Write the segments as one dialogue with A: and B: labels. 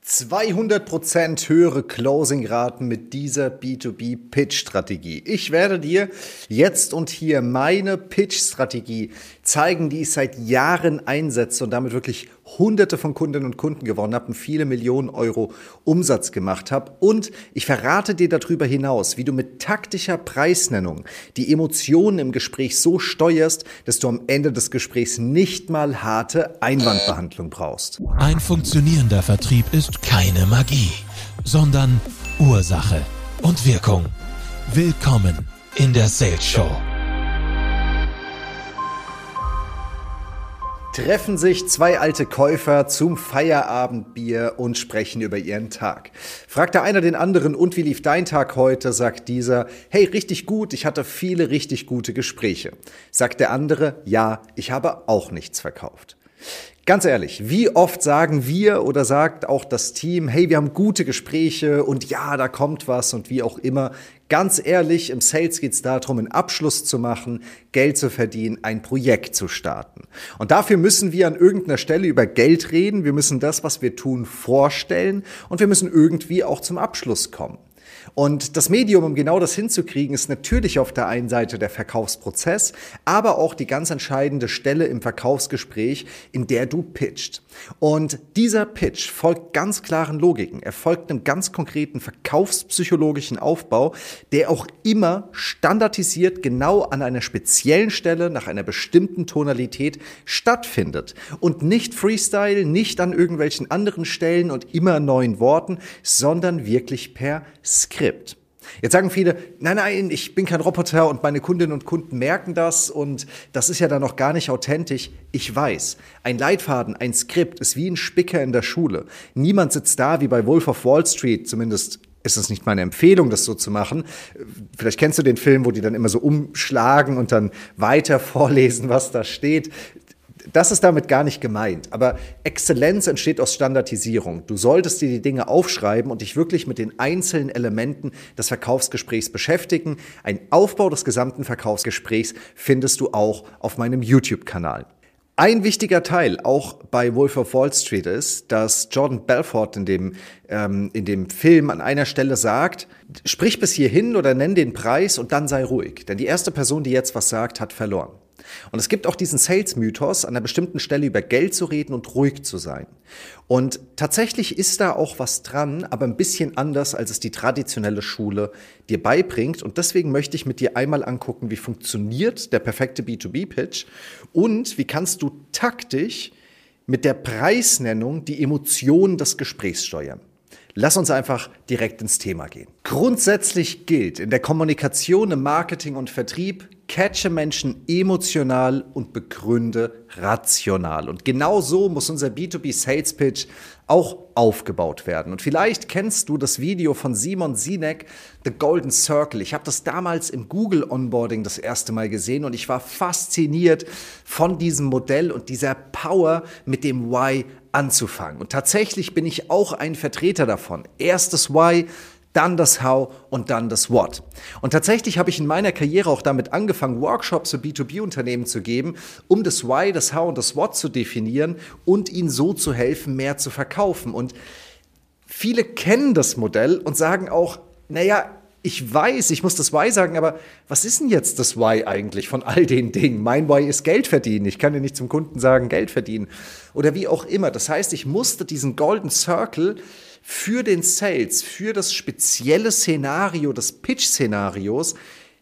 A: 200% höhere Closing-Raten mit dieser B2B-Pitch-Strategie. Ich werde dir jetzt und hier meine Pitch-Strategie zeigen, die ich seit Jahren einsetze und damit wirklich Hunderte von Kundinnen und Kunden gewonnen habe und viele Millionen Euro Umsatz gemacht habe. Und ich verrate dir darüber hinaus, wie du mit taktischer Preisnennung die Emotionen im Gespräch so steuerst, dass du am Ende des Gesprächs nicht mal harte Einwandbehandlung brauchst.
B: Ein funktionierender Vertrieb ist keine Magie, sondern Ursache und Wirkung. Willkommen in der Sales Show.
A: Treffen sich zwei alte Käufer zum Feierabendbier und sprechen über ihren Tag. Fragt der eine den anderen, und wie lief dein Tag heute? Sagt dieser, hey, richtig gut, ich hatte viele richtig gute Gespräche. Sagt der andere, ja, ich habe auch nichts verkauft. Ganz ehrlich, wie oft sagen wir oder sagt auch das Team, hey, wir haben gute Gespräche und ja, da kommt was und wie auch immer. Ganz ehrlich, im Sales geht es darum, einen Abschluss zu machen, Geld zu verdienen, ein Projekt zu starten. Und dafür müssen wir an irgendeiner Stelle über Geld reden, wir müssen das, was wir tun, vorstellen und wir müssen irgendwie auch zum Abschluss kommen. Und das Medium, um genau das hinzukriegen, ist natürlich auf der einen Seite der Verkaufsprozess, aber auch die ganz entscheidende Stelle im Verkaufsgespräch, in der du pitcht. Und dieser Pitch folgt ganz klaren Logiken. Er folgt einem ganz konkreten verkaufspsychologischen Aufbau, der auch immer standardisiert genau an einer speziellen Stelle nach einer bestimmten Tonalität stattfindet. Und nicht Freestyle, nicht an irgendwelchen anderen Stellen und immer neuen Worten, sondern wirklich per Skript. Jetzt sagen viele, nein, ich bin kein Roboter und meine Kundinnen und Kunden merken das und das ist ja dann noch gar nicht authentisch. Ich weiß, ein Leitfaden, ein Skript ist wie ein Spicker in der Schule. Niemand sitzt da wie bei Wolf of Wall Street, zumindest ist es nicht meine Empfehlung, das so zu machen. Vielleicht kennst du den Film, wo die dann immer so umschlagen und dann weiter vorlesen, was da steht. Das ist damit gar nicht gemeint, aber Exzellenz entsteht aus Standardisierung. Du solltest dir die Dinge aufschreiben und dich wirklich mit den einzelnen Elementen des Verkaufsgesprächs beschäftigen. Ein Aufbau des gesamten Verkaufsgesprächs findest du auch auf meinem YouTube-Kanal. Ein wichtiger Teil auch bei Wolf of Wall Street ist, dass Jordan Belfort in dem Film an einer Stelle sagt, sprich bis hierhin oder nenn den Preis und dann sei ruhig. Denn die erste Person, die jetzt was sagt, hat verloren. Und es gibt auch diesen Sales-Mythos, an einer bestimmten Stelle über Geld zu reden und ruhig zu sein. Und tatsächlich ist da auch was dran, aber ein bisschen anders, als es die traditionelle Schule dir beibringt. Und deswegen möchte ich mit dir einmal angucken, wie funktioniert der perfekte B2B-Pitch und wie kannst du taktisch mit der Preisnennung die Emotionen des Gesprächs steuern. Lass uns einfach direkt ins Thema gehen. Grundsätzlich gilt in der Kommunikation, im Marketing und Vertrieb, catche Menschen emotional und begründe rational. Und genau so muss unser B2B-Sales-Pitch auch aufgebaut werden. Und vielleicht kennst du das Video von Simon Sinek, The Golden Circle. Ich habe das damals im Google Onboarding das erste Mal gesehen und ich war fasziniert von diesem Modell und dieser Power mit dem Why anzufangen. Und tatsächlich bin ich auch ein Vertreter davon. Erst das Why, dann das How und dann das What. Und tatsächlich habe ich in meiner Karriere auch damit angefangen, Workshops für B2B-Unternehmen zu geben, um das Why, das How und das What zu definieren und ihnen so zu helfen, mehr zu verkaufen. Und viele kennen das Modell und sagen auch, naja, ich weiß, ich muss das Why sagen, aber was ist denn jetzt das Why eigentlich von all den Dingen? Mein Why ist Geld verdienen. Ich kann ja nicht zum Kunden sagen, Geld verdienen. Oder wie auch immer. Das heißt, ich musste diesen Golden Circle für den Sales, für das spezielle Szenario des Pitch-Szenarios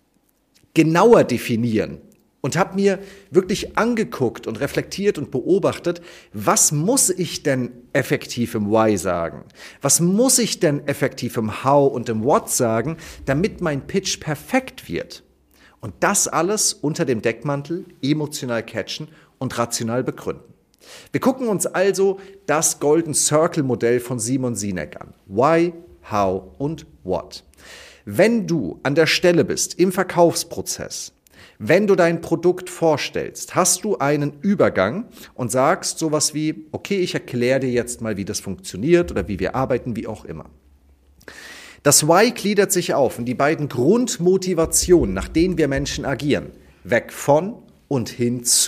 A: genauer definieren. Und habe mir wirklich angeguckt und reflektiert und beobachtet, was muss ich denn effektiv im Why sagen? Was muss ich denn effektiv im How und im What sagen, damit mein Pitch perfekt wird? Und das alles unter dem Deckmantel emotional catchen und rational begründen. Wir gucken uns also das Golden Circle Modell von Simon Sinek an. Why, How und What. Wenn du an der Stelle bist im Verkaufsprozess, wenn du dein Produkt vorstellst, hast du einen Übergang und sagst sowas wie, okay, ich erkläre dir jetzt mal, wie das funktioniert oder wie wir arbeiten, wie auch immer. Das Why gliedert sich auf in die beiden Grundmotivationen, nach denen wir Menschen agieren. Weg von und hin zu.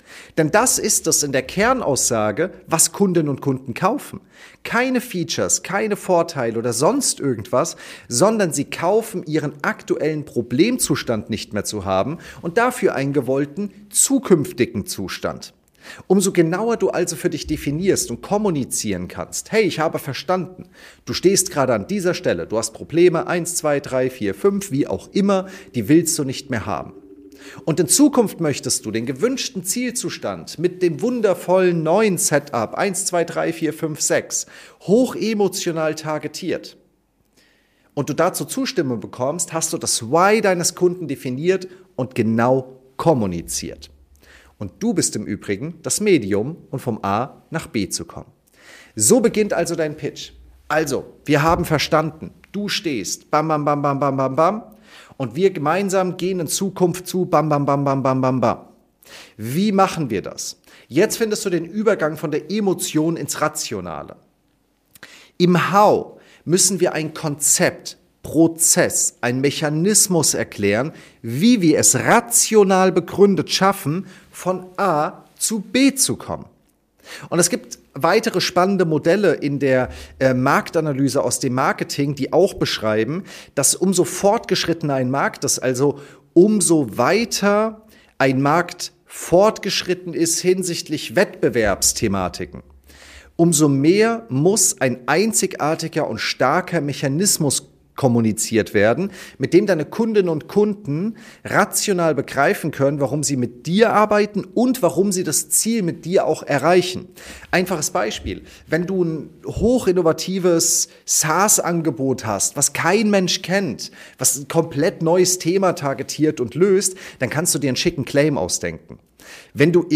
A: Denn das ist es in der Kernaussage, was Kundinnen und Kunden kaufen. Keine Features, keine Vorteile oder sonst irgendwas, sondern sie kaufen ihren aktuellen Problemzustand nicht mehr zu haben und dafür einen gewollten zukünftigen Zustand. Umso genauer du also für dich definierst und kommunizieren kannst, hey, ich habe verstanden, du stehst gerade an dieser Stelle, du hast Probleme 1, 2, 3, 4, 5, wie auch immer, die willst du nicht mehr haben. Und in Zukunft möchtest du den gewünschten Zielzustand mit dem wundervollen neuen Setup 1, 2, 3, 4, 5, 6 hoch emotional targetiert und du dazu Zustimmung bekommst, hast du das Why deines Kunden definiert und genau kommuniziert. Und du bist im Übrigen das Medium, um vom A nach B zu kommen. So beginnt also dein Pitch. Also, wir haben verstanden, du stehst, bam, bam, bam, bam, bam, bam, bam, und wir gemeinsam gehen in Zukunft zu, bam, bam, bam, bam, bam, bam, bam. Wie machen wir das? Jetzt findest du den Übergang von der Emotion ins Rationale. Im How müssen wir ein Konzept, Prozess, ein Mechanismus erklären, wie wir es rational begründet schaffen, von A zu B zu kommen. Und es gibt weitere spannende Modelle in der Marktanalyse aus dem Marketing, die auch beschreiben, dass umso fortgeschrittener ein Markt ist, also umso weiter ein Markt fortgeschritten ist hinsichtlich Wettbewerbsthematiken, umso mehr muss ein einzigartiger und starker Mechanismus kommuniziert werden, mit dem deine Kundinnen und Kunden rational begreifen können, warum sie mit dir arbeiten und warum sie das Ziel mit dir auch erreichen. Einfaches Beispiel, wenn du ein hochinnovatives SaaS-Angebot hast, was kein Mensch kennt, was ein komplett neues Thema targetiert und löst, dann kannst du dir einen schicken Claim ausdenken. Wenn du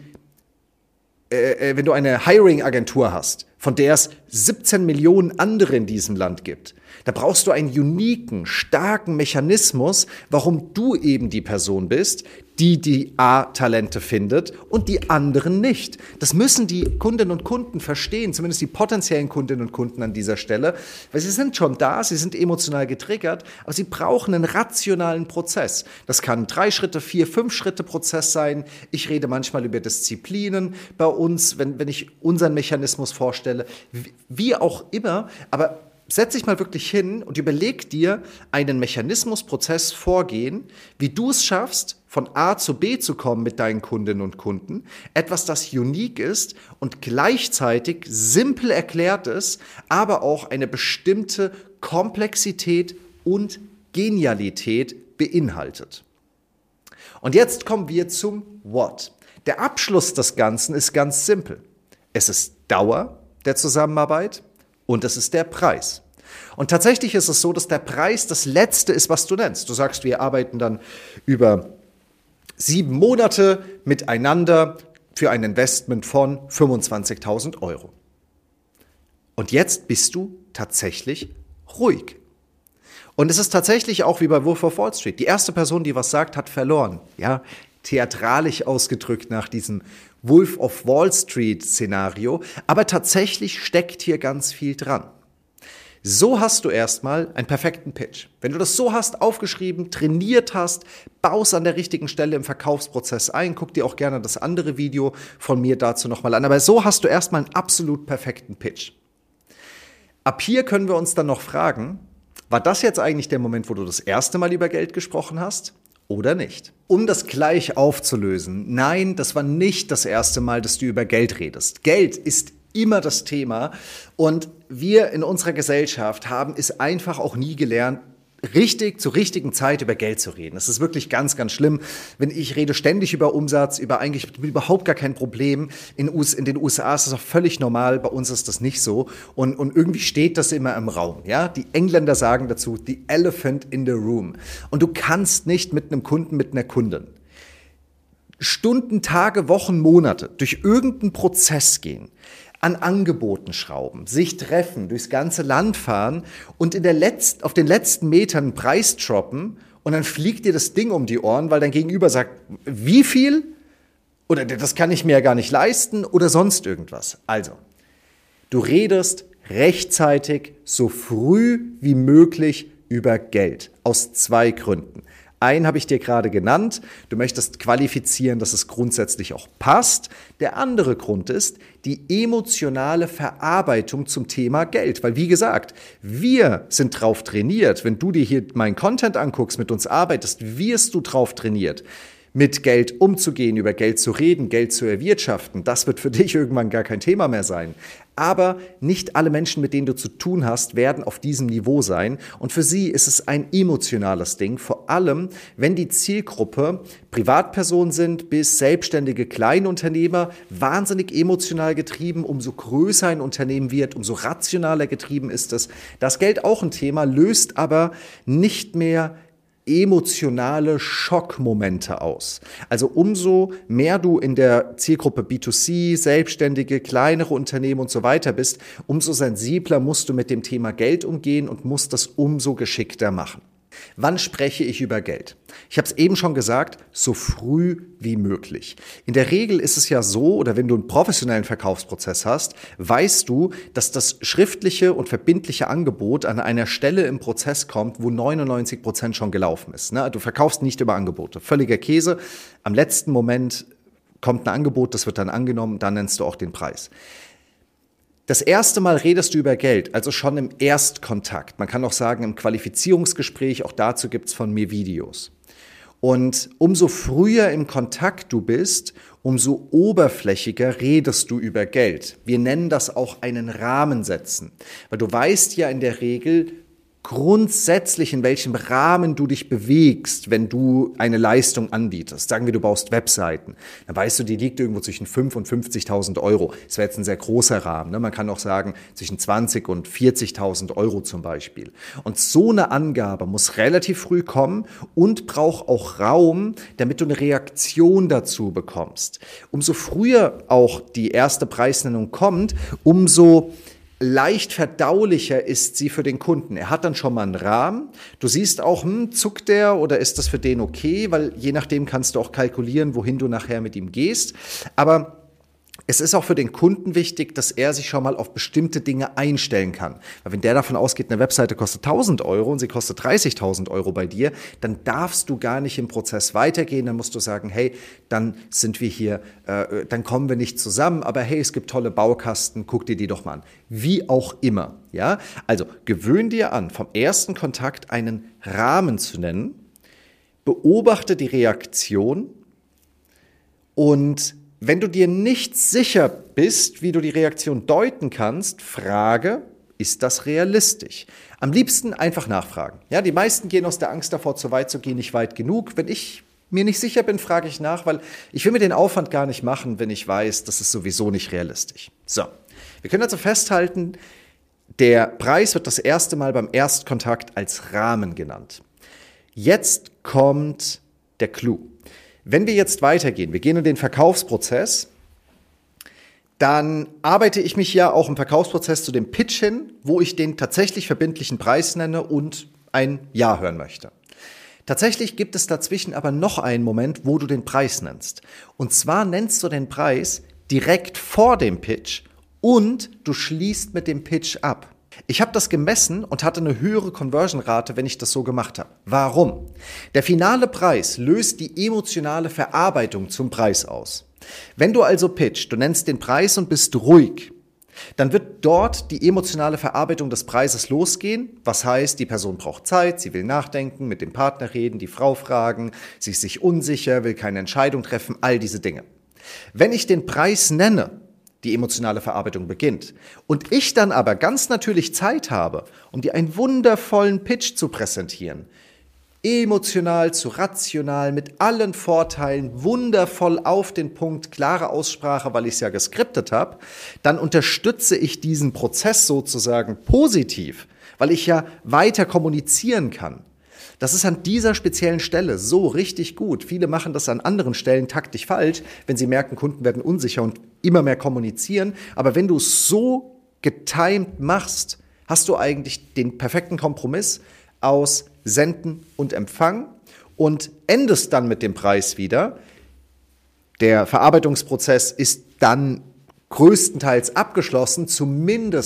A: eine Hiring-Agentur hast, von der es 17 Millionen andere in diesem Land gibt, da brauchst du einen uniken, starken Mechanismus, warum du eben die Person bist, die A-Talente findet und die anderen nicht. Das müssen die Kundinnen und Kunden verstehen, zumindest die potenziellen Kundinnen und Kunden an dieser Stelle, weil sie sind schon da, sie sind emotional getriggert, aber sie brauchen einen rationalen Prozess. Das kann 3 Schritte, 4, 5 Schritte Prozess sein. Ich rede manchmal über Disziplinen bei uns, wenn ich unseren Mechanismus vorstelle, wie auch immer, aber setz dich mal wirklich hin und überleg dir einen Mechanismus, Prozess, Vorgehen, wie du es schaffst, von A zu B zu kommen mit deinen Kundinnen und Kunden. Etwas, das unique ist und gleichzeitig simpel erklärt ist, aber auch eine bestimmte Komplexität und Genialität beinhaltet. Und jetzt kommen wir zum What. Der Abschluss des Ganzen ist ganz simpel. Es ist Dauer der Zusammenarbeit und es ist der Preis. Und tatsächlich ist es so, dass der Preis das Letzte ist, was du nennst. Du sagst, wir arbeiten dann über 7 Monate miteinander für ein Investment von 25.000 €. Und jetzt bist du tatsächlich ruhig. Und es ist tatsächlich auch wie bei Wolf of Wall Street. Die erste Person, die was sagt, hat verloren. Ja, theatralisch ausgedrückt nach diesem Wolf of Wall Street Szenario. Aber tatsächlich steckt hier ganz viel dran. So hast du erstmal einen perfekten Pitch. Wenn du das so hast, aufgeschrieben, trainiert hast, baust an der richtigen Stelle im Verkaufsprozess ein, guck dir auch gerne das andere Video von mir dazu nochmal an. Aber so hast du erstmal einen absolut perfekten Pitch. Ab hier können wir uns dann noch fragen, war das jetzt eigentlich der Moment, wo du das erste Mal über Geld gesprochen hast oder nicht? Um das gleich aufzulösen, nein, das war nicht das erste Mal, dass du über Geld redest. Geld ist immer das Thema und wir in unserer Gesellschaft haben es einfach auch nie gelernt, richtig zur richtigen Zeit über Geld zu reden. Das ist wirklich ganz, ganz schlimm. Wenn ich rede ständig über Umsatz, über eigentlich überhaupt gar kein Problem. In den USA ist das auch völlig normal, bei uns ist das nicht so. Und irgendwie steht das immer im Raum. Ja? Die Engländer sagen dazu, the elephant in the room. Und du kannst nicht mit einem Kunden, mit einer Kundin Stunden, Tage, Wochen, Monate durch irgendeinen Prozess gehen, an Angeboten schrauben, sich treffen, durchs ganze Land fahren und auf den letzten Metern einen Preis droppen und dann fliegt dir das Ding um die Ohren, weil dein Gegenüber sagt, wie viel? Oder das kann ich mir ja gar nicht leisten oder sonst irgendwas. Also, du redest rechtzeitig so früh wie möglich über Geld. Aus 2 Gründen. Einen habe ich dir gerade genannt. Du möchtest qualifizieren, dass es grundsätzlich auch passt. Der andere Grund ist die emotionale Verarbeitung zum Thema Geld. Weil wie gesagt, wir sind drauf trainiert. Wenn du dir hier meinen Content anguckst, mit uns arbeitest, wirst du drauf trainiert, mit Geld umzugehen, über Geld zu reden, Geld zu erwirtschaften. Das wird für dich irgendwann gar kein Thema mehr sein. Aber nicht alle Menschen, mit denen du zu tun hast, werden auf diesem Niveau sein. Und für sie ist es ein emotionales Ding, vor allem, wenn die Zielgruppe Privatpersonen sind bis selbstständige Kleinunternehmer, wahnsinnig emotional getrieben. Umso größer ein Unternehmen wird, umso rationaler getrieben ist es. Das Geld auch ein Thema, löst aber nicht mehr emotionale Schockmomente aus. Also umso mehr du in der Zielgruppe B2C, Selbstständige, kleinere Unternehmen und so weiter bist, umso sensibler musst du mit dem Thema Geld umgehen und musst das umso geschickter machen. Wann spreche ich über Geld? Ich habe es eben schon gesagt, so früh wie möglich. In der Regel ist es ja so, oder wenn du einen professionellen Verkaufsprozess hast, weißt du, dass das schriftliche und verbindliche Angebot an einer Stelle im Prozess kommt, wo 99% schon gelaufen ist. Du verkaufst nicht über Angebote. Völliger Käse. Am letzten Moment kommt ein Angebot, das wird dann angenommen, dann nennst du auch den Preis. Das erste Mal redest du über Geld, also schon im Erstkontakt. Man kann auch sagen im Qualifizierungsgespräch, auch dazu gibt's von mir Videos. Und umso früher im Kontakt du bist, umso oberflächiger redest du über Geld. Wir nennen das auch einen Rahmen setzen, weil du weißt ja in der Regel grundsätzlich, in welchem Rahmen du dich bewegst, wenn du eine Leistung anbietest. Sagen wir, du baust Webseiten. Dann weißt du, die liegt irgendwo zwischen 5.000 und 50.000 Euro. Das wäre jetzt ein sehr großer Rahmen. Man kann auch sagen, zwischen 20.000 und 40.000 Euro zum Beispiel. Und so eine Angabe muss relativ früh kommen und braucht auch Raum, damit du eine Reaktion dazu bekommst. Umso früher auch die erste Preisnennung kommt, umso leicht verdaulicher ist sie für den Kunden. Er hat dann schon mal einen Rahmen. Du siehst auch, zuckt der oder ist das für den okay? Weil je nachdem kannst du auch kalkulieren, wohin du nachher mit ihm gehst. Aber es ist auch für den Kunden wichtig, dass er sich schon mal auf bestimmte Dinge einstellen kann. Weil wenn der davon ausgeht, eine Webseite kostet 1.000 Euro und sie kostet 30.000 Euro bei dir, dann darfst du gar nicht im Prozess weitergehen. Dann musst du sagen, hey, dann sind wir hier, dann kommen wir nicht zusammen. Aber hey, es gibt tolle Baukasten, guck dir die doch mal an. Wie auch immer. Ja? Also gewöhn dir an, vom ersten Kontakt einen Rahmen zu nennen, beobachte die Reaktion und wenn du dir nicht sicher bist, wie du die Reaktion deuten kannst, frage, ist das realistisch? Am liebsten einfach nachfragen. Ja, die meisten gehen aus der Angst davor, zu weit zu gehen, nicht weit genug. Wenn ich mir nicht sicher bin, frage ich nach, weil ich will mir den Aufwand gar nicht machen, wenn ich weiß, das ist sowieso nicht realistisch. So, wir können also festhalten, der Preis wird das erste Mal beim Erstkontakt als Rahmen genannt. Jetzt kommt der Clou. Wenn wir jetzt weitergehen, wir gehen in den Verkaufsprozess, dann arbeite ich mich ja auch im Verkaufsprozess zu dem Pitch hin, wo ich den tatsächlich verbindlichen Preis nenne und ein Ja hören möchte. Tatsächlich gibt es dazwischen aber noch einen Moment, wo du den Preis nennst. Und zwar nennst du den Preis direkt vor dem Pitch und du schließt mit dem Pitch ab. Ich habe das gemessen und hatte eine höhere Conversion-Rate, wenn ich das so gemacht habe. Warum? Der finale Preis löst die emotionale Verarbeitung zum Preis aus. Wenn du also pitcht, du nennst den Preis und bist ruhig, dann wird dort die emotionale Verarbeitung des Preises losgehen. Was heißt, die Person braucht Zeit, sie will nachdenken, mit dem Partner reden, die Frau fragen, sie ist sich unsicher, will keine Entscheidung treffen, all diese Dinge. Wenn ich den Preis nenne, die emotionale Verarbeitung beginnt. Und ich dann aber ganz natürlich Zeit habe, um dir einen wundervollen Pitch zu präsentieren. Emotional zu rational, mit allen Vorteilen, wundervoll auf den Punkt, klare Aussprache, weil ich es ja geskriptet habe, dann unterstütze ich diesen Prozess sozusagen positiv, weil ich ja weiter kommunizieren kann. Das ist an dieser speziellen Stelle so richtig gut. Viele machen das an anderen Stellen taktisch falsch, wenn sie merken, Kunden werden unsicher und immer mehr kommunizieren. Aber wenn du es so getimed machst, hast du eigentlich den perfekten Kompromiss aus Senden und Empfang und endest dann mit dem Preis wieder. Der Verarbeitungsprozess ist dann größtenteils abgeschlossen, zumindest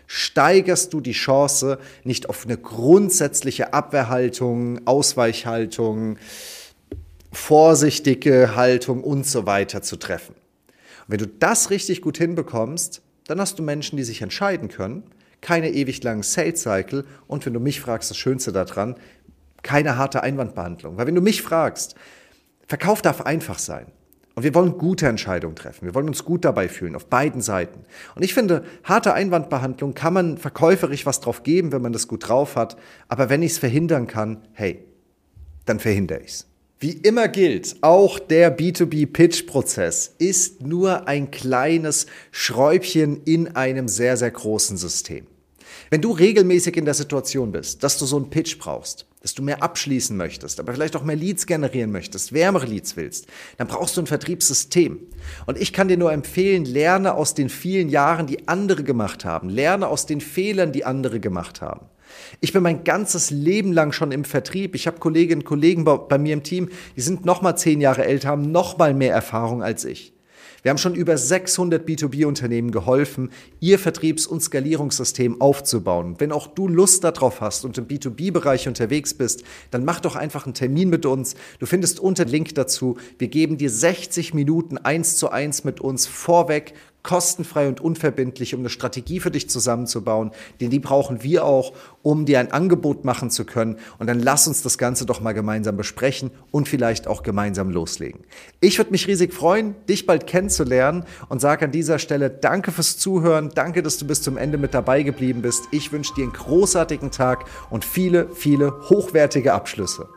A: steigerst du die Chance, nicht auf eine grundsätzliche Abwehrhaltung, Ausweichhaltung, vorsichtige Haltung und so weiter zu treffen. Und wenn du das richtig gut hinbekommst, dann hast du Menschen, die sich entscheiden können, keine ewig langen Sales-Cycle und wenn du mich fragst, das Schönste daran, keine harte Einwandbehandlung. Weil wenn du mich fragst, Verkauf darf einfach sein. Und wir wollen gute Entscheidungen treffen. Wir wollen uns gut dabei fühlen, auf beiden Seiten. Und ich finde, harte Einwandbehandlung kann man verkäuferisch was drauf geben, wenn man das gut drauf hat. Aber wenn ich es verhindern kann, hey, dann verhindere ich es. Wie immer gilt, auch der B2B-Pitch-Prozess ist nur ein kleines Schräubchen in einem sehr, sehr großen System. Wenn du regelmäßig in der Situation bist, dass du so einen Pitch brauchst, dass du mehr abschließen möchtest, aber vielleicht auch mehr Leads generieren möchtest, wärmere Leads willst, dann brauchst du ein Vertriebssystem. Und ich kann dir nur empfehlen, lerne aus den vielen Jahren, die andere gemacht haben. Lerne aus den Fehlern, die andere gemacht haben. Ich bin mein ganzes Leben lang schon im Vertrieb. Ich habe Kolleginnen und Kollegen bei mir im Team, die sind noch mal 10 Jahre älter, haben noch mal mehr Erfahrung als ich. Wir haben schon über 600 B2B-Unternehmen geholfen, ihr Vertriebs- und Skalierungssystem aufzubauen. Wenn auch du Lust darauf hast und im B2B-Bereich unterwegs bist, dann mach doch einfach einen Termin mit uns. Du findest unten den Link dazu. Wir geben dir 60 Minuten 1:1 mit uns vorweg, kostenfrei und unverbindlich, um eine Strategie für dich zusammenzubauen, denn die brauchen wir auch, um dir ein Angebot machen zu können. Und dann lass uns das Ganze doch mal gemeinsam besprechen und vielleicht auch gemeinsam loslegen. Ich würde mich riesig freuen, dich bald kennenzulernen und sage an dieser Stelle danke fürs Zuhören, danke, dass du bis zum Ende mit dabei geblieben bist. Ich wünsche dir einen großartigen Tag und viele, viele hochwertige Abschlüsse.